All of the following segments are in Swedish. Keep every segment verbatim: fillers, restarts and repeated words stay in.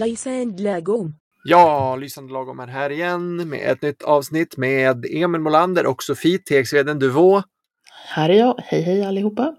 Lysande lagom. Ja, Lysande lagom är här igen med ett nytt avsnitt med Emil Molander och Sofie Tegsveden Duvå. Här är jag, hej hej allihopa.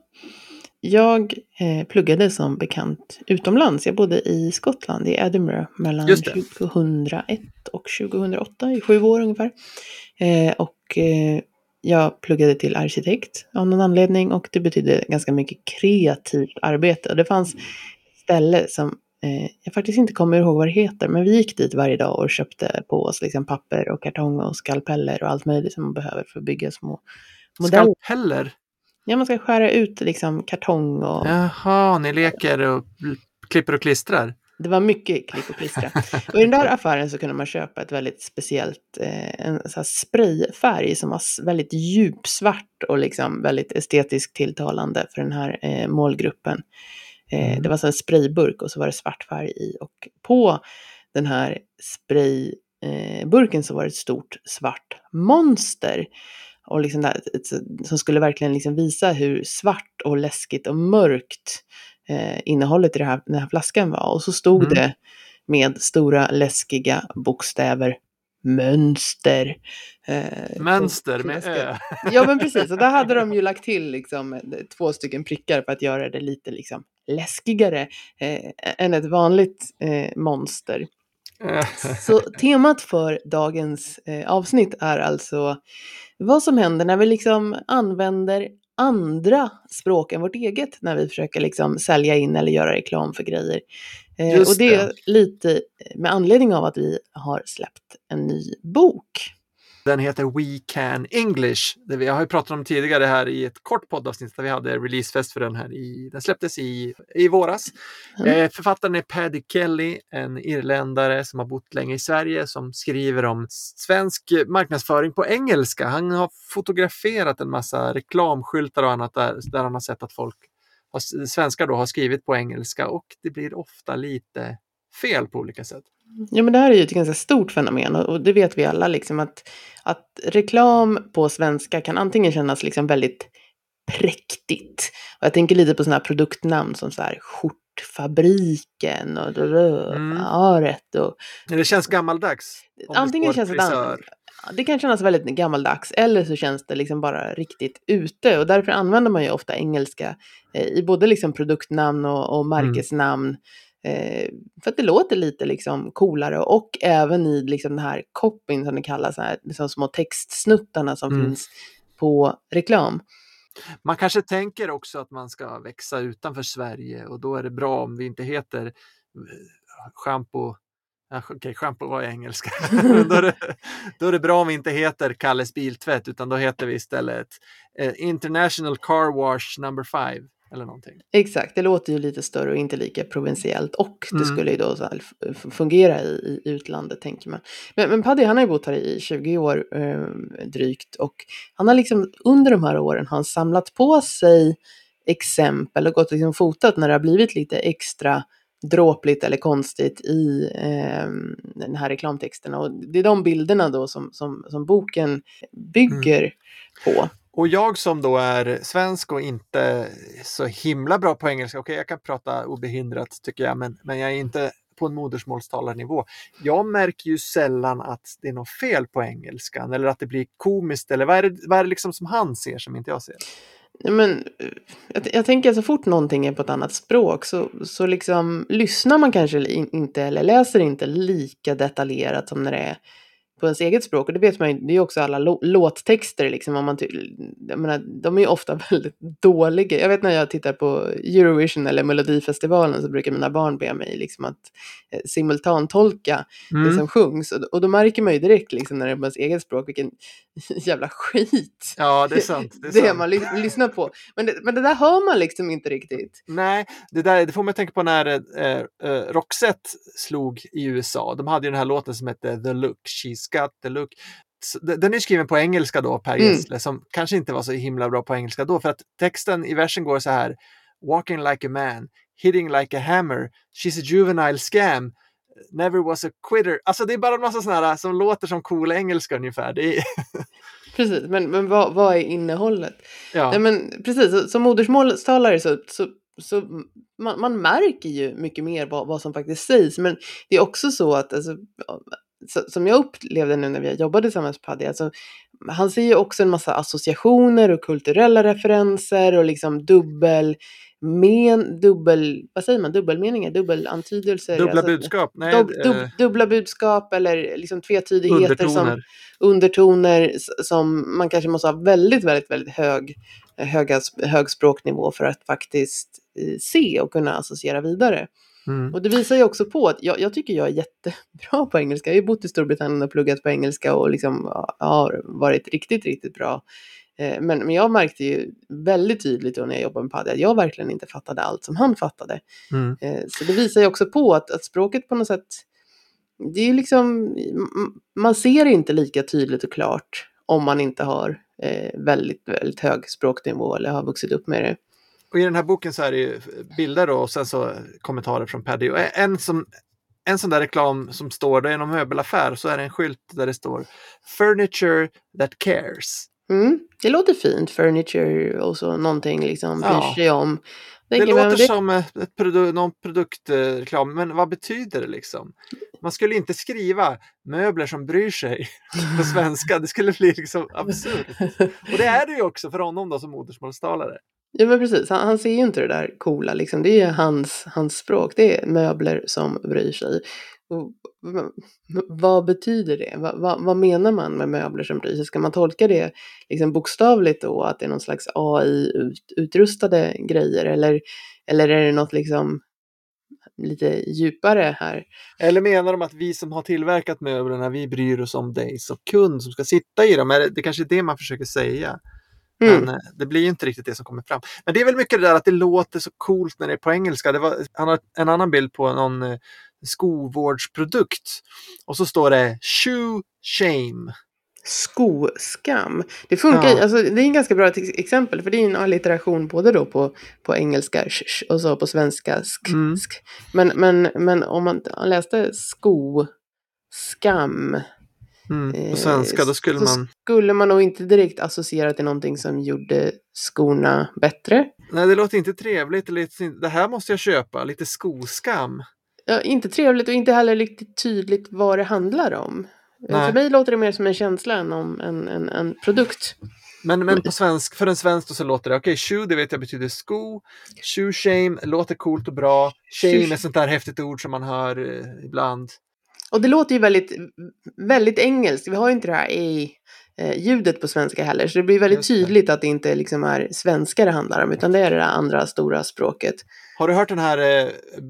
Jag eh, pluggade som bekant utomlands. Jag bodde i Skottland, i Edinburgh, mellan tjugohundraett och tjugohundraåtta, i sju år ungefär. Eh, och eh, jag pluggade till arkitekt av någon anledning, och det betydde ganska mycket kreativt arbete. Och det fanns ställe som eh, jag faktiskt inte kommer ihåg vad det heter, men vi gick dit varje dag och köpte på oss liksom papper och kartong och skalpeller och allt möjligt som man behöver för att bygga små modeller. Skalpeller? Ja, man ska skära ut liksom kartong och... Jaha, ni leker och klipper och klistrar. Det var mycket klipp och klistra. Och i den där affären så kunde man köpa ett väldigt speciellt, eh, en så här sprayfärg som var väldigt djupsvart och liksom väldigt estetiskt tilltalande för den här eh, målgruppen. Eh, Mm. Det var så en sprayburk och så var det svart färg i, och på den här sprayburken eh, så var det ett stort svart monster. Och liksom där, som skulle verkligen liksom visa hur svart och läskigt och mörkt eh, innehållet i det här, den här flaskan var. Och så stod Mm. det med stora läskiga bokstäver mönster. Eh, Mönster på med flaskan. ö. Ja, men precis. Och där hade de ju lagt till liksom, två stycken prickar för att göra det lite liksom, läskigare eh, än ett vanligt eh, monster. Så temat för dagens eh, avsnitt är alltså vad som händer när vi liksom använder andra språk än vårt eget när vi försöker liksom sälja in eller göra reklam för grejer. Eh, Just och det är det. lite med anledning av att vi har släppt en ny bok. Den heter We Can English. Det vi har ju pratat om tidigare här i ett kort poddavsnitt där vi hade releasefest för den här. I, den släpptes i, i våras. Mm. Eh, författaren är Paddy Kelly, en irländare som har bott länge i Sverige, som skriver om svensk marknadsföring på engelska. Han har fotograferat en massa reklamskyltar och annat där, där han har sett att folk, har, svenskar då, har skrivit på engelska, och det blir ofta lite fel på olika sätt. Ja, men det här är ju ett ganska stort fenomen, och det vet vi alla liksom att, att reklam på svenska kan antingen kännas liksom väldigt präktigt. Och jag tänker lite på sådana här produktnamn som så här skjortfabriken och rövaret. Och Det känns gammaldags. antingen känns det, det kan kännas väldigt gammaldags, eller så känns det liksom bara riktigt ute. Och därför använder man ju ofta engelska eh, i både liksom produktnamn och, och märkesnamn. Mm. Eh, för att det låter lite liksom coolare, och även i liksom den här copyn som det kallas, här, liksom små textsnuttarna som Mm. finns på reklam. Man kanske tänker också att man ska växa utanför Sverige, och då är det bra om vi inte heter shampoo. Okej, okay, shampoo var engelska. då, är det, då är det bra om vi inte heter Kalles biltvätt, utan då heter vi istället eh, International Car Wash number five eller någonting. Exakt, det låter ju lite större och inte lika provinciellt, och det Mm. skulle ju då så här fungera i, i utlandet, tänker man. Men, men Paddy, han har ju bott här i tjugo år eh, drygt, och han har liksom under de här åren har han samlat på sig exempel och gått och liksom fotat när det har blivit lite extra dråpligt eller konstigt i eh, den här reklamtexten. Och det är de bilderna då som, som, som boken bygger mm. på. Och jag som då är svensk och inte så himla bra på engelska, okej, okay, jag kan prata obehindrat tycker jag, men, men jag är inte på en modersmålstalarnivå. Jag märker ju sällan att det är något fel på engelskan, eller att det blir komiskt, eller vad är det, vad är det liksom som han ser som inte jag ser? Men jag, jag tänker att så fort någonting är på ett annat språk så, så liksom lyssnar man kanske inte eller läser inte lika detaljerat som när det är på ens eget språk. Och det vet man ju, det är ju också alla lå- låttexter liksom. Om man ty- jag menar, de är ju ofta väldigt dåliga. Jag vet när jag tittar på Eurovision eller Melodifestivalen så brukar mina barn be mig liksom att eh, simultantolka mm. det som sjungs. Och, och då märker man ju direkt liksom när det är på ens eget språk vilken jävla skit. Ja, det är sant. Det är, det är sant. man ly- lyssnar på. Men det, men det där hör man liksom inte riktigt. Nej, det, där, det får man tänka på när eh, eh, Roxette slog i U S A. De hade ju den här låten som hette The Look, She's Got the Look. Den är skriven på engelska då, Per Gessle, mm. som kanske inte var så himla bra på engelska då, för att texten i versen går så här: walking like a man, hitting like a hammer, she's a juvenile scam, never was a quitter. Alltså det är bara en massa sådana här som låter som cool engelska ungefär. Det är precis, men, men vad, vad är innehållet? Ja. Nej, men precis, som modersmålstalare så, så så man, man märker ju mycket mer vad, vad som faktiskt sägs. Men det är också så att, alltså, så, som jag upplevde nu när vi jobbade tillsammans med Paddy, alltså, han ser ju också en massa associationer och kulturella referenser och liksom dubbel men, dubbel, vad säger man, dubbelmeningar, dubbelantydelser. Dubbla alltså, budskap. Nej, dub, dub, eh, dubbla budskap eller liksom tvetydigheter undertoner. som undertoner som man kanske måste ha väldigt, väldigt, väldigt hög, höga, hög språknivå för att faktiskt eh, se och kunna associera vidare. Mm. Och det visar ju också på att jag, jag tycker jag är jättebra på engelska. Jag har ju bott i Storbritannien och pluggat på engelska och liksom ja, har varit riktigt, riktigt bra. Eh, men, men jag märkte ju väldigt tydligt då när jag jobbade med Paddy att jag verkligen inte fattade allt som han fattade. Mm. Eh, så det visar ju också på att, att språket på något sätt, det är liksom, man ser inte lika tydligt och klart om man inte har eh, väldigt, väldigt hög språknivå eller har vuxit upp med det. Och i den här boken så är det ju bilder då, och sen så kommentarer från Paddy. Och en, som, en sån där reklam som står, det är någon möbelaffär, så är det en skylt där det står Furniture that cares. Mm, det låter fint, furniture och så någonting liksom bryr Ja. sig om. Det Tänker, låter men det... som ett produ- någon produktreklam, men vad betyder det liksom? Man skulle inte skriva möbler som bryr sig på svenska, det skulle bli liksom absurt. Och det är det ju också för honom då som modersmålstalare. Ja men precis, han, han ser ju inte det där coola liksom. Det är hans, hans språk, det är möbler som bryr sig. Och, vad betyder det? Va, va, vad menar man med möbler som bryr sig? Ska man tolka det liksom bokstavligt då? Att det är någon slags A I-utrustade grejer? Eller, eller är det något liksom lite djupare här? Eller menar de att vi som har tillverkat möblerna, vi bryr oss om dig som kund som ska sitta i dem? Är det, det kanske är det man försöker säga. Mm. Men det blir ju inte riktigt det som kommer fram. Men det är väl mycket det där att det låter så coolt när det är på engelska. Det var, han har en annan bild på någon eh, skovårdsprodukt. Och så står det shoe shame. Skoskam. Det funkar Ja. alltså, det är en ganska bra ex- exempel. För det är en allitteration både då på, på engelska sh, och så på svenska sk, Mm. sk. Men, men, men om man läste skoskam Mm. På svenska då skulle så man... skulle man nog inte direkt associera till någonting som gjorde skorna bättre. Nej, det låter inte trevligt. Lite, det här måste jag köpa. Lite skoskam. Ja, inte trevligt och inte heller riktigt tydligt vad det handlar om. Nej. För mig låter det mer som en känsla än om en, en, en produkt. Men, men på svensk, för en svensk då så låter det, okej, okay, shoe, det vet jag betyder sko. Shoe shame låter coolt och bra. Shame är sånt där häftigt ord som man hör eh, ibland. Och det låter ju väldigt, väldigt engelskt. Vi har ju inte det här e-ljudet på svenska heller. Så det blir väldigt tydligt att det inte liksom är svenska det handlar om. Utan det är det andra stora språket. Har du hört den här eh,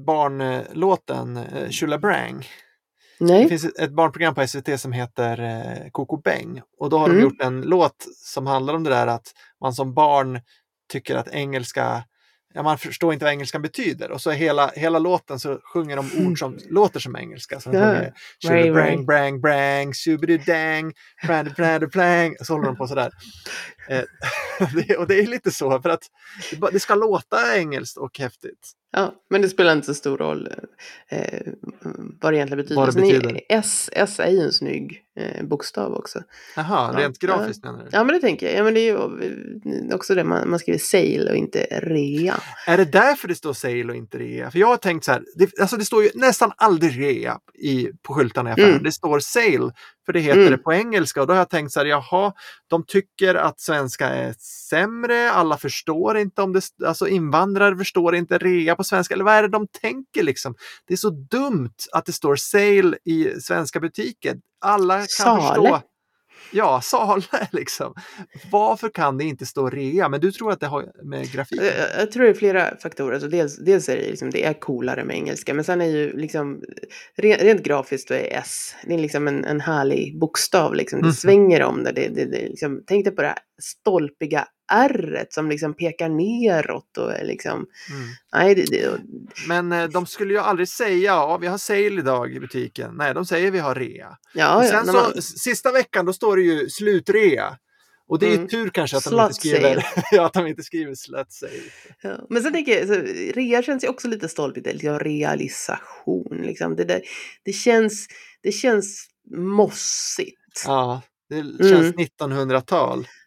barnlåten eh, Chula Brang? Nej. Det finns ett, ett barnprogram på S V T som heter eh, Coco Beng. Och då har Mm. de gjort en låt som handlar om det där att man som barn tycker att engelska... Ja, man förstår inte vad engelskan betyder. Och så hela, hela låten så sjunger de ord som låter som engelska. Så de Ja. sjunger Chula Right, Brang, right. Brang, Brang, Shubidoo-dang, Brand, Brand, Plang. Så håller de på sådär. Eh, det, och det är lite så för att det, bara- det ska låta engelskt och häftigt. Ja, men det spelar inte så stor roll eh, vad det egentligen betyder. Vad det Sen är- betyder. S, S är ju en snygg eh, bokstav också. Jaha, Ja, rent grafiskt menar du? Ja, men det tänker jag. Ja, men det är ju också det man, man skriver sale och inte rea. Är det därför det står sale och inte rea? För jag har tänkt så här, det, alltså det står ju nästan aldrig rea i, på skyltarna i affären. Mm. Det står sale, för det heter Mm. det på engelska. Och då har jag tänkt så här, jaha, de tycker att svenska är sämre, alla förstår inte om det, alltså invandrare förstår inte rea på svenska. Eller vad är det de tänker liksom? Det är så dumt att det står sale i svenska butiker. Alla kan Sale. förstå. Ja, Sale liksom. Varför kan det inte stå rea? Men du tror att det har med grafik? Jag, jag tror det är flera faktorer. Alltså dels, dels är det liksom, det är coolare med engelska. Men sen är ju liksom, rent, rent grafiskt då är S. Det är liksom en, en härlig bokstav. Liksom. Det Mm. svänger om det. det, det, det liksom, tänk dig på det här stolpiga R-et som liksom pekar neråt. Och är liksom, Mm. nej, det, det, Men eh, de skulle ju aldrig säga, ja vi har sale idag i butiken. Nej, de säger vi har rea. ja, Och ja, sen när så, man, s- sista veckan då står det ju slutrea. Och det är ju Mm. tur kanske att de Slut inte skriver, ja, att de inte skriver slut sale. ja. Men sen tänker jag, så, rea känns ju också lite stolpigt. Liksom, realisation. Liksom. Det, där, det, känns, det känns mossigt. Ja, det känns Mm. nittonhundratal.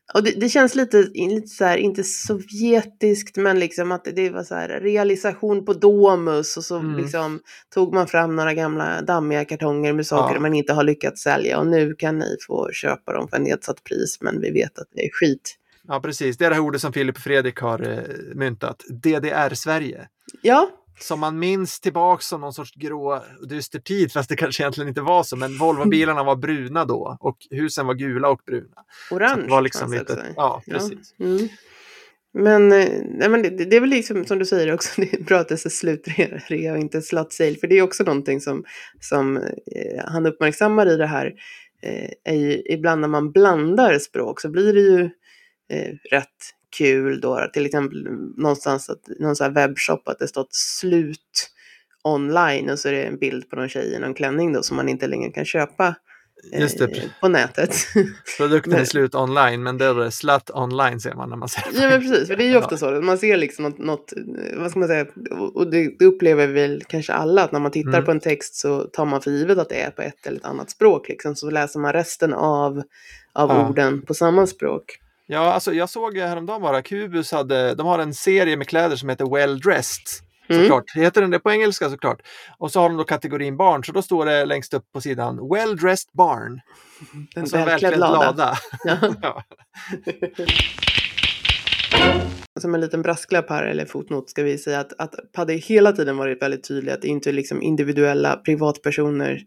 Och det, det känns lite, lite så här, inte sovjetiskt, men liksom att det var så här realisation på Domus och så mm. liksom tog man fram några gamla dammiga kartonger med saker ja. man inte har lyckats sälja och nu kan ni få köpa dem för en nedsatt pris, men vi vet att det är skit. Ja, precis. Det är det här ordet som Filip och Fredrik har eh, myntat. D D R-Sverige. Ja. Som man minns tillbaka som någon sorts grå dyster tid, fast det kanske egentligen inte var så. Men Volvo-bilarna var bruna då och husen var gula och bruna. Orange. Det var liksom lite, ja, precis. Ja. Mm. Men, nej, men det, det är väl liksom som du säger också, det är bra att det är slutrea och inte slot sale. För det är också någonting som, som eh, han uppmärksammar i det här. Eh, är ju, ibland när man blandar språk så blir det ju eh, rätt kul då, till exempel någonstans att någon sån här webbshop att det stått slut online och så är det en bild på någon tjej i någon klänning då som man inte längre kan köpa eh, Just det. på nätet. Produkten men, är slut online, men det är slut online ser man när man ser det. Ja, men precis, för det är ju ofta ja. så, man ser liksom något, något vad ska man säga, och det, det upplever väl kanske alla, att när man tittar mm. på en text så tar man för givet att det är på ett eller ett annat språk liksom, så läser man resten av, av ja. orden på samma språk. Ja, alltså jag såg häromdagen bara, Kubus hade, de har en serie med kläder som heter Well Dressed, såklart. Mm. Heter den det på engelska såklart. Och så har de då kategorin barn, så då står det längst upp på sidan Well Dressed Barn. Den alltså välklädd lada. lada. Ja. ja. Som en liten brasklapp här, eller fotnot, ska vi säga att, att Padde hela tiden varit väldigt tydlig att det inte är liksom individuella privatpersoner.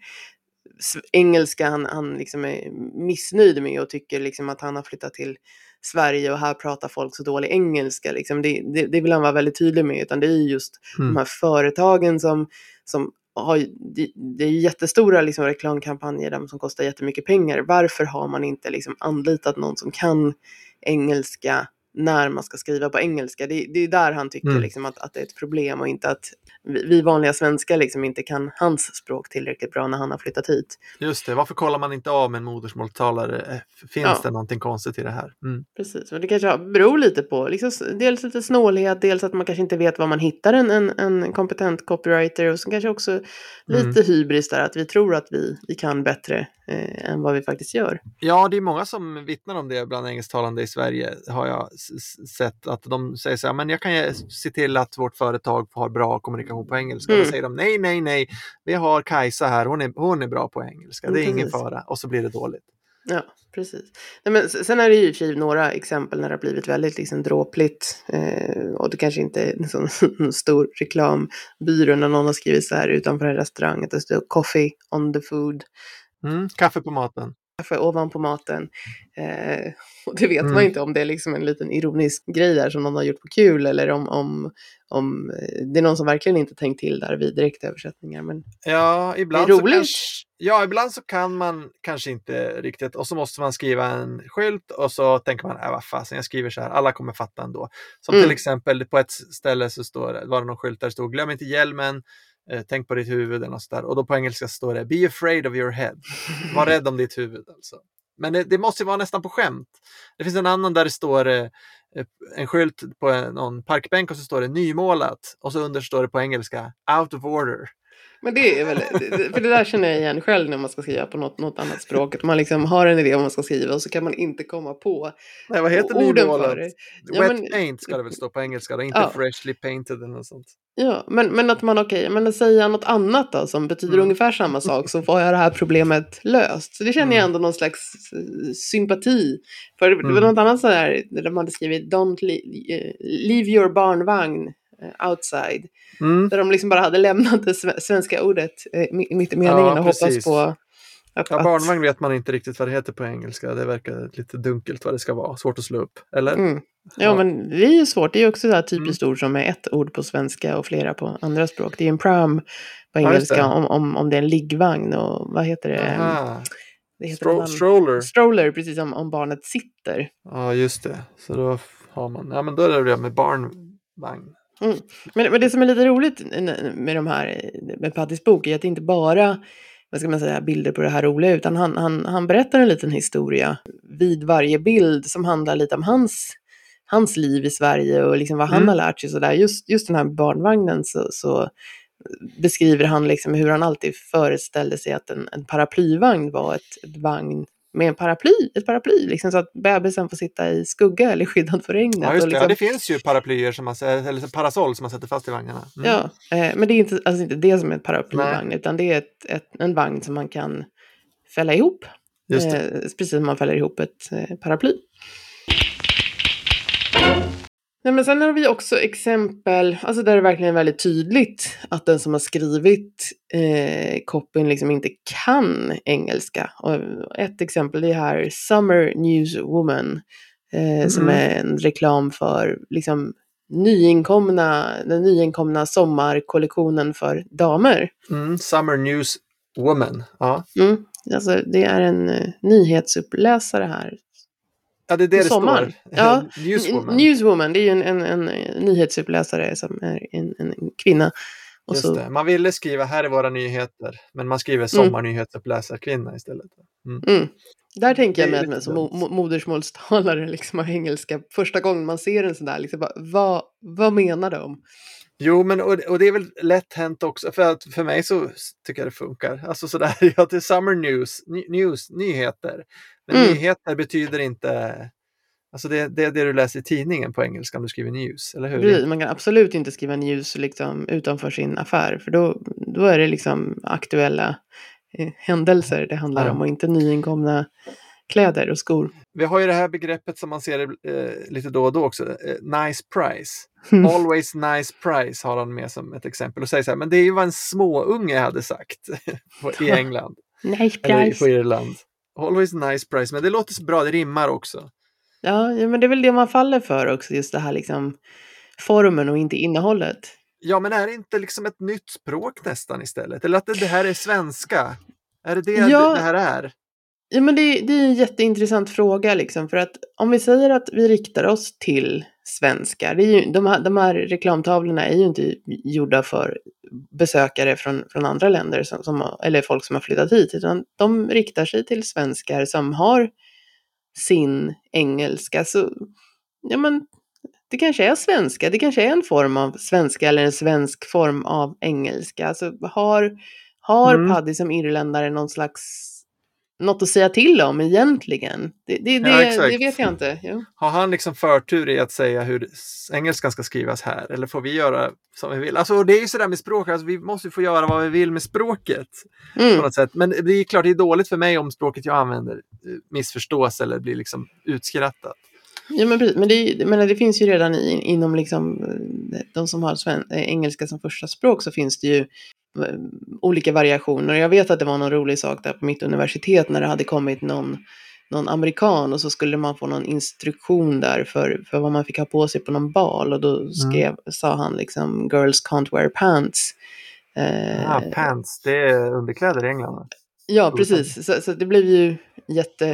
Engelska han, han liksom är missnöjd med och tycker liksom att han har flyttat till Sverige och här pratar folk så dålig engelska liksom. det, det, det vill han vara väldigt tydlig med, utan det är just mm. de här företagen som, som har, det, det är jättestora liksom reklamkampanjer där som kostar jättemycket pengar. Varför har man inte liksom anlitat någon som kan engelska när man ska skriva på engelska? Det, det är där han tycker mm. liksom att, att det är ett problem, och inte att vi, vi vanliga svenskar liksom inte kan hans språk tillräckligt bra när han har flyttat hit. Just det, varför kollar man inte av med en modersmålstalare? Finns ja. det någonting konstigt i det här? Mm. Precis, och det kanske beror lite på liksom, dels lite snålhet, dels att man kanske inte vet var man hittar en, en, en kompetent copywriter, och så kanske också lite mm. hybris där, att vi tror att vi, vi kan bättre eh, än vad vi faktiskt gör. Ja, det är många som vittnar om det bland engelsktalande i Sverige, har jag s- sett att de säger så här, men jag kan se till att vårt företag har bra kommunikation på engelska. Mm. Då säger de, nej, nej, nej, vi har Kajsa här, hon är, hon är bra på engelska, det är mm, ingen fara, och så blir det dåligt. Ja, precis. Nej, men sen är det ju för några exempel när det har blivit väldigt liksom dråpligt, eh, och det kanske inte är en sån stor reklambyrå när någon har skrivit så här utanför en restaurang att det står coffee on the food. Mm, kaffe på maten. Kaffe ovanpå maten. Eh, och det vet mm. man inte om det är liksom en liten ironisk grej där som någon har gjort på kul, eller om, om, om det är någon som verkligen inte tänkt till där vid direktöversättningar. Men ja, ibland det är roligt. Så kanske, ja, ibland så kan man kanske inte riktigt, och så måste man skriva en skylt och så tänker man, äh, vad fasen, jag skriver så här, alla kommer fatta ändå. Som mm. till exempel på ett ställe så står det, var det någon skylt där det stod, glöm inte hjälmen, tänk på ditt huvud och sådär. Och då på engelska står det, be afraid of your head. Var rädd om ditt huvud alltså. Men det, det måste ju vara nästan på skämt. Det finns en annan där det står eh, en skylt på en, någon parkbänk och så står det nymålat. Och så under står det på engelska, out of order. Men det är väl, för det där känner jag igen själv när man ska skriva på något, något annat språk. Att man liksom har en idé om man ska skriva och så kan man inte komma på. Nej, vad heter orden för det? Ja, Wet men, paint ska det väl stå på engelska då, inte ja. freshly painted eller något sånt. Ja, men, men att man okej, okay, men att säga något annat då som betyder mm. ungefär samma sak, så får jag det här problemet löst. Så det känner jag ändå någon slags sympati. För mm. det var något annat sådär där man hade skrivit don't leave, leave your barnvagn outside. Mm. Där de liksom bara hade lämnat det svenska ordet mitt i meningen ja, och hoppas på att, ja, barnvagn vet man inte riktigt vad det heter på engelska. Det verkar lite dunkelt vad det ska vara. Svårt att slå upp, eller? Mm. Ja, ja, men det är ju svårt. Det är också ett typiskt mm. ord som är ett ord på svenska och flera på andra språk. Det är en pram på engelska ja, om, om, om det är en liggvagn och vad heter det? Aha. Det heter Stro- man, stroller. Stroller, precis som om barnet sitter. Ja, just det. Så då har man, ja men då är det med barnvagn. Mm. Men, men det som är lite roligt med de här, med Paddys bok, är att det inte bara, vad ska man säga, bilder på det här roliga, utan han, han, han berättar en liten historia vid varje bild som handlar lite om hans, hans liv i Sverige och liksom vad han mm. har lärt sig. Så där. Just, just den här barnvagnen så, så beskriver han liksom hur han alltid föreställde sig att en, en paraplyvagn var ett, ett vagn med en paraply, ett paraply, liksom, så att bebisen får sitta i skugga eller skyddad för regnet. Ja, just det. Och liksom, ja, det finns ju paraplyer, som man, eller parasoll som man sätter fast i vagnarna. Mm. Ja, eh, men det är inte, alltså inte det som är ett paraplyvagn, Nej. utan det är ett, ett, en vagn som man kan fälla ihop. Just det. Eh, precis som man fäller ihop ett eh, paraply. Nej, men sen har vi också exempel, alltså där det verkligen är väldigt tydligt att den som har skrivit eh, copyn liksom inte kan engelska. Och ett exempel är här Summer Newswoman, eh, mm. som är en reklam för liksom nyinkomna, den nyinkomna sommarkollektionen för damer. Mm, Summer Newswoman, ja. Mm, alltså det är en uh, nyhetsuppläsare här. Ja, det är det det sommaren. står. Ja, Newswoman. Newswoman, det är ju en, en, en nyhetsuppläsare som är en, en kvinna. Och Just så... det. Man ville skriva här är våra nyheter, men man skriver sommarnyhetsuppläsarkvinna istället. Mm. Mm. Där tänker jag mig att man som mo- modersmålstalare liksom har engelska första gången man ser en sån där, liksom, bara, vad, vad menar de? Jo, men och, och det är väl lätt hänt också, för att för mig så tycker jag det funkar. Alltså sådär, ja, det är summer news, ny, news, nyheter. Men mm. nyheter betyder inte, alltså det, det är det du läser i tidningen på engelska om du skriver news, eller hur? Precis, man kan absolut inte skriva news liksom utanför sin affär, för då, då är det liksom aktuella eh, händelser det handlar ja. om och inte nyinkomna kläder och skor. Vi har ju det här begreppet som man ser eh, lite då och då också, eh, nice price. Mm. Always nice price har han med som ett exempel och säger så här, men det är ju vad en småunge hade sagt i England. Nice price. Eller på Irland. Always nice price, men det låter så bra, det rimmar också. Ja, men det är väl det man faller för också, just det här liksom formen och inte innehållet. Ja, men är det inte liksom ett nytt språk nästan istället? Eller att det, det här är svenska? Är det det ja. det här är? Ja, men det, det är en jätteintressant fråga liksom, för att om vi säger att vi riktar oss till svenskar, det är ju, de, här, de här reklamtavlorna är ju inte gjorda för besökare från, från andra länder som, som, eller folk som har flyttat hit, utan de riktar sig till svenskar som har sin engelska. Så ja, men det kanske är svenska, det kanske är en form av svenska eller en svensk form av engelska. Alltså har, har mm. Paddy som irländare någon slags något att säga till om egentligen? Det, det, det, ja, det vet jag inte. Ja. Har han liksom förtur i att säga hur engelskan ska skrivas här? Eller får vi göra som vi vill? Alltså det är ju sådär med språk. Alltså, vi måste få göra vad vi vill med språket. Mm. På något sätt. Men det är klart det är dåligt för mig om språket jag använder missförstås eller blir liksom utskrattat. Ja, men precis. Men det, men det finns ju redan i, inom liksom, de som har sven, engelska som första språk, så finns det ju olika variationer. Jag vet att det var någon rolig sak där på mitt universitet när det hade kommit någon, någon amerikan och så skulle man få någon instruktion där för, för vad man fick ha på sig på någon bal, och då skrev, mm. sa han liksom girls can't wear pants. Ja, ah, pants, det är underkläder i England. Ja, precis. Så, så det blev ju jätte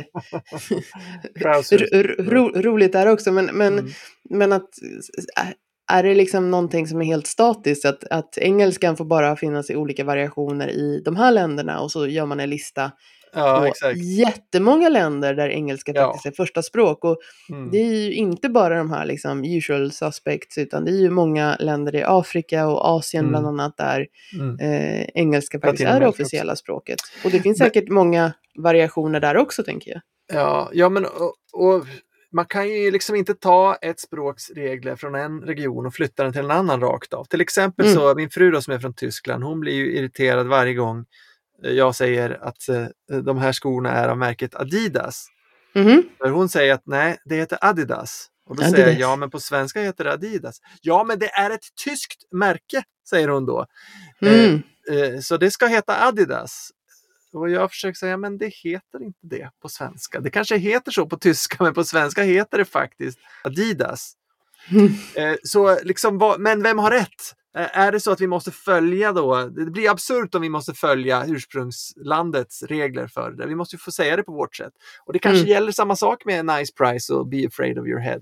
ro, ro, roligt där också. Men, men, mm. men att är det liksom någonting som är helt statiskt? Att, att engelskan får bara finnas i olika variationer i de här länderna, och så gör man en lista ja, på exakt. jättemånga länder där engelska ja. faktiskt är första språk. Och mm. det är ju inte bara de här liksom usual suspects, utan det är ju många länder i Afrika och Asien mm. bland annat där mm. eh, engelska faktiskt är det officiella också. Språket. Och det finns säkert men, många variationer där också, tänker jag. Ja, ja men och, och man kan ju liksom inte ta ett språks regler från en region och flytta den till en annan rakt av. Till exempel mm. så min fru då, som är från Tyskland, hon blir ju irriterad varje gång jag säger att eh, de här skorna är av märket Adidas. Mm-hmm. För hon säger att nej, det heter Adidas. Och då Adidas. säger jag, ja men på svenska heter det Adidas. Ja men det är ett tyskt märke, säger hon då. Mm. Eh, eh, så det ska heta Adidas. Och jag försöker säga, men det heter inte det på svenska. Det kanske heter så på tyska, men på svenska heter det faktiskt Adidas. Mm. Eh, så liksom, men vem har rätt? Eh, är det så att vi måste följa då? Det blir absurt om vi måste följa ursprungslandets regler för det. Vi måste ju få säga det på vårt sätt. Och det kanske mm. gäller samma sak med nice price och be afraid of your head.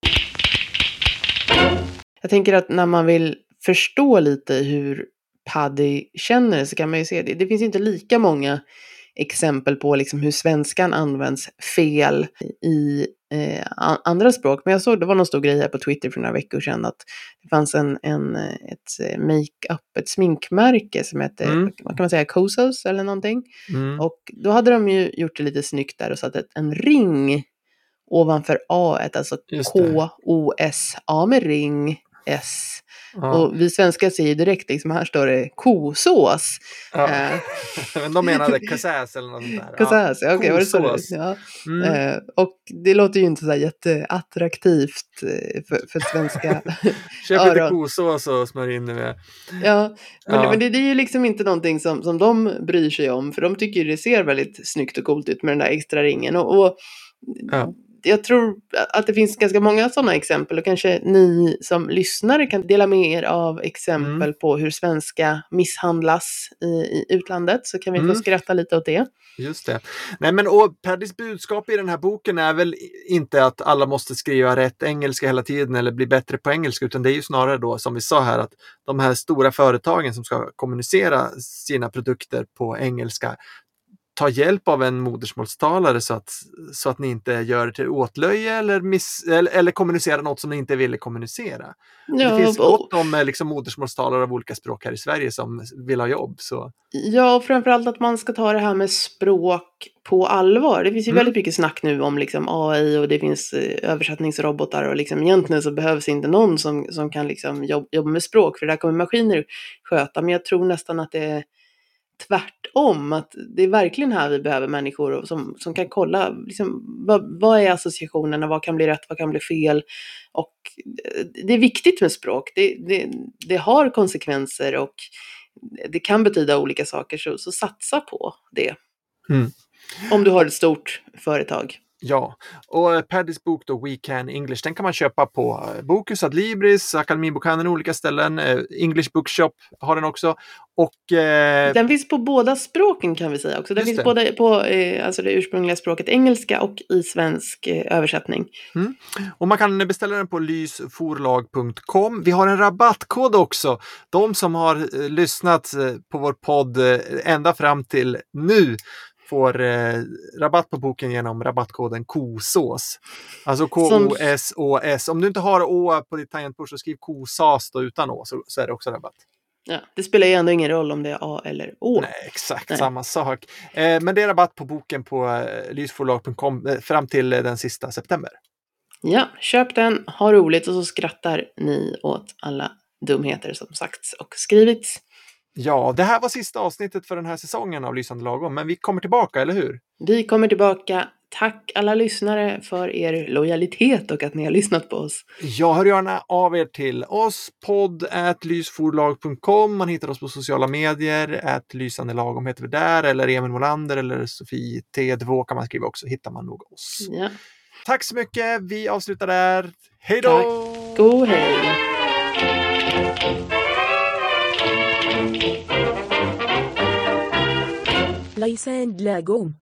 Jag tänker att när man vill förstå lite hur Paddy känner, så kan man ju se det. Det finns inte lika många exempel på liksom hur svenskan används fel i eh, andra språk. Men jag såg, det var någon stor grej här på Twitter för några veckor sedan, att det fanns en, en, ett make-up, ett sminkmärke som heter, mm. vad kan man säga, Kosas eller någonting. Mm. Och då hade de ju gjort det lite snyggt där och satt ett, en ring ovanför A, alltså K O S A med ring S. Ja. Och vi svenskar säger direkt liksom, här står det kosås. Ja. Eh. Men de menade kassas eller något sånt där. Kassas, ja, okej, okay, var det så? Ja. Mm. Eh, och det låter ju inte så här jätteattraktivt för, för svenska. Köp lite kosås och smörj in det med. Ja, men, ja. men det, det är ju liksom inte någonting som, som de bryr sig om, för de tycker det ser väldigt snyggt och coolt ut med den där extra ringen. Och, och ja. Jag tror att det finns ganska många sådana exempel, och kanske ni som lyssnare kan dela med er av exempel mm. på hur svenska misshandlas i, i utlandet, så kan vi mm. få skratta lite åt det. Just det. Nej, men och Paddys budskap i den här boken är väl inte att alla måste skriva rätt engelska hela tiden eller bli bättre på engelska, utan det är ju snarare då, som vi sa här, att de här stora företagen som ska kommunicera sina produkter på engelska, ta hjälp av en modersmålstalare så att, så att ni inte gör det till åtlöje eller, miss, eller, eller kommunicerar något som ni inte ville kommunicera. Ja, det finns gott om liksom, modersmålstalare av olika språk här i Sverige som vill ha jobb. Så. Ja, och framförallt att man ska ta det här med språk på allvar. Det finns ju mm. väldigt mycket snack nu om liksom, A I, och det finns eh, översättningsrobotar, och liksom, egentligen så behövs inte någon som, som kan liksom, jobb, jobba med språk, för det här kommer maskiner sköta. Men jag tror nästan att det är tvärtom, att det är verkligen här vi behöver människor som, som kan kolla liksom, vad, vad är associationerna, vad kan bli rätt, vad kan bli fel, och det är viktigt med språk, det, det, det har konsekvenser och det kan betyda olika saker, så, så satsa på det mm. om du har ett stort företag. Ja, och Paddys bok då, We Can English, den kan man köpa på Bokus, Adlibris, Akademibokhandeln, olika ställen. English Bookshop har den också. Och, eh... den finns på båda språken kan vi säga också. Den finns det. både på eh, alltså det ursprungliga språket engelska och i svensk eh, översättning. Mm. Och man kan beställa den på lysforlag punkt com. Vi har en rabattkod också. De som har eh, lyssnat eh, på vår podd eh, ända fram till nu får eh, rabatt på boken genom rabattkoden KOSÅS. Alltså K O S Å S. Om du inte har Å på ditt tangentbord så skriv KOSAS då utan Å, så, så är det också rabatt. Ja, det spelar ju ändå ingen roll om det är A eller Å. Nej, exakt Nej. samma sak. Eh, men det är rabatt på boken på eh, lysforlag punkt com eh, fram till eh, den sista september. Ja, köp den, ha roligt, och så skrattar ni åt alla dumheter som sagts och skrivits. Ja, det här var sista avsnittet för den här säsongen av Lysande lagom, men vi kommer tillbaka, eller hur? Vi kommer tillbaka. Tack alla lyssnare för er lojalitet och att ni har lyssnat på oss. Jag hör gärna av er till oss, podd at lysforlag punkt com. Man hittar oss på sociala medier, at lysande lagom heter vi där, eller Emil Molander eller Sofie T två kan man skriva också, hittar man nog oss. Ja. Tack så mycket, vi avslutar där. Hej då! Tack. God hej! Lysande lagom.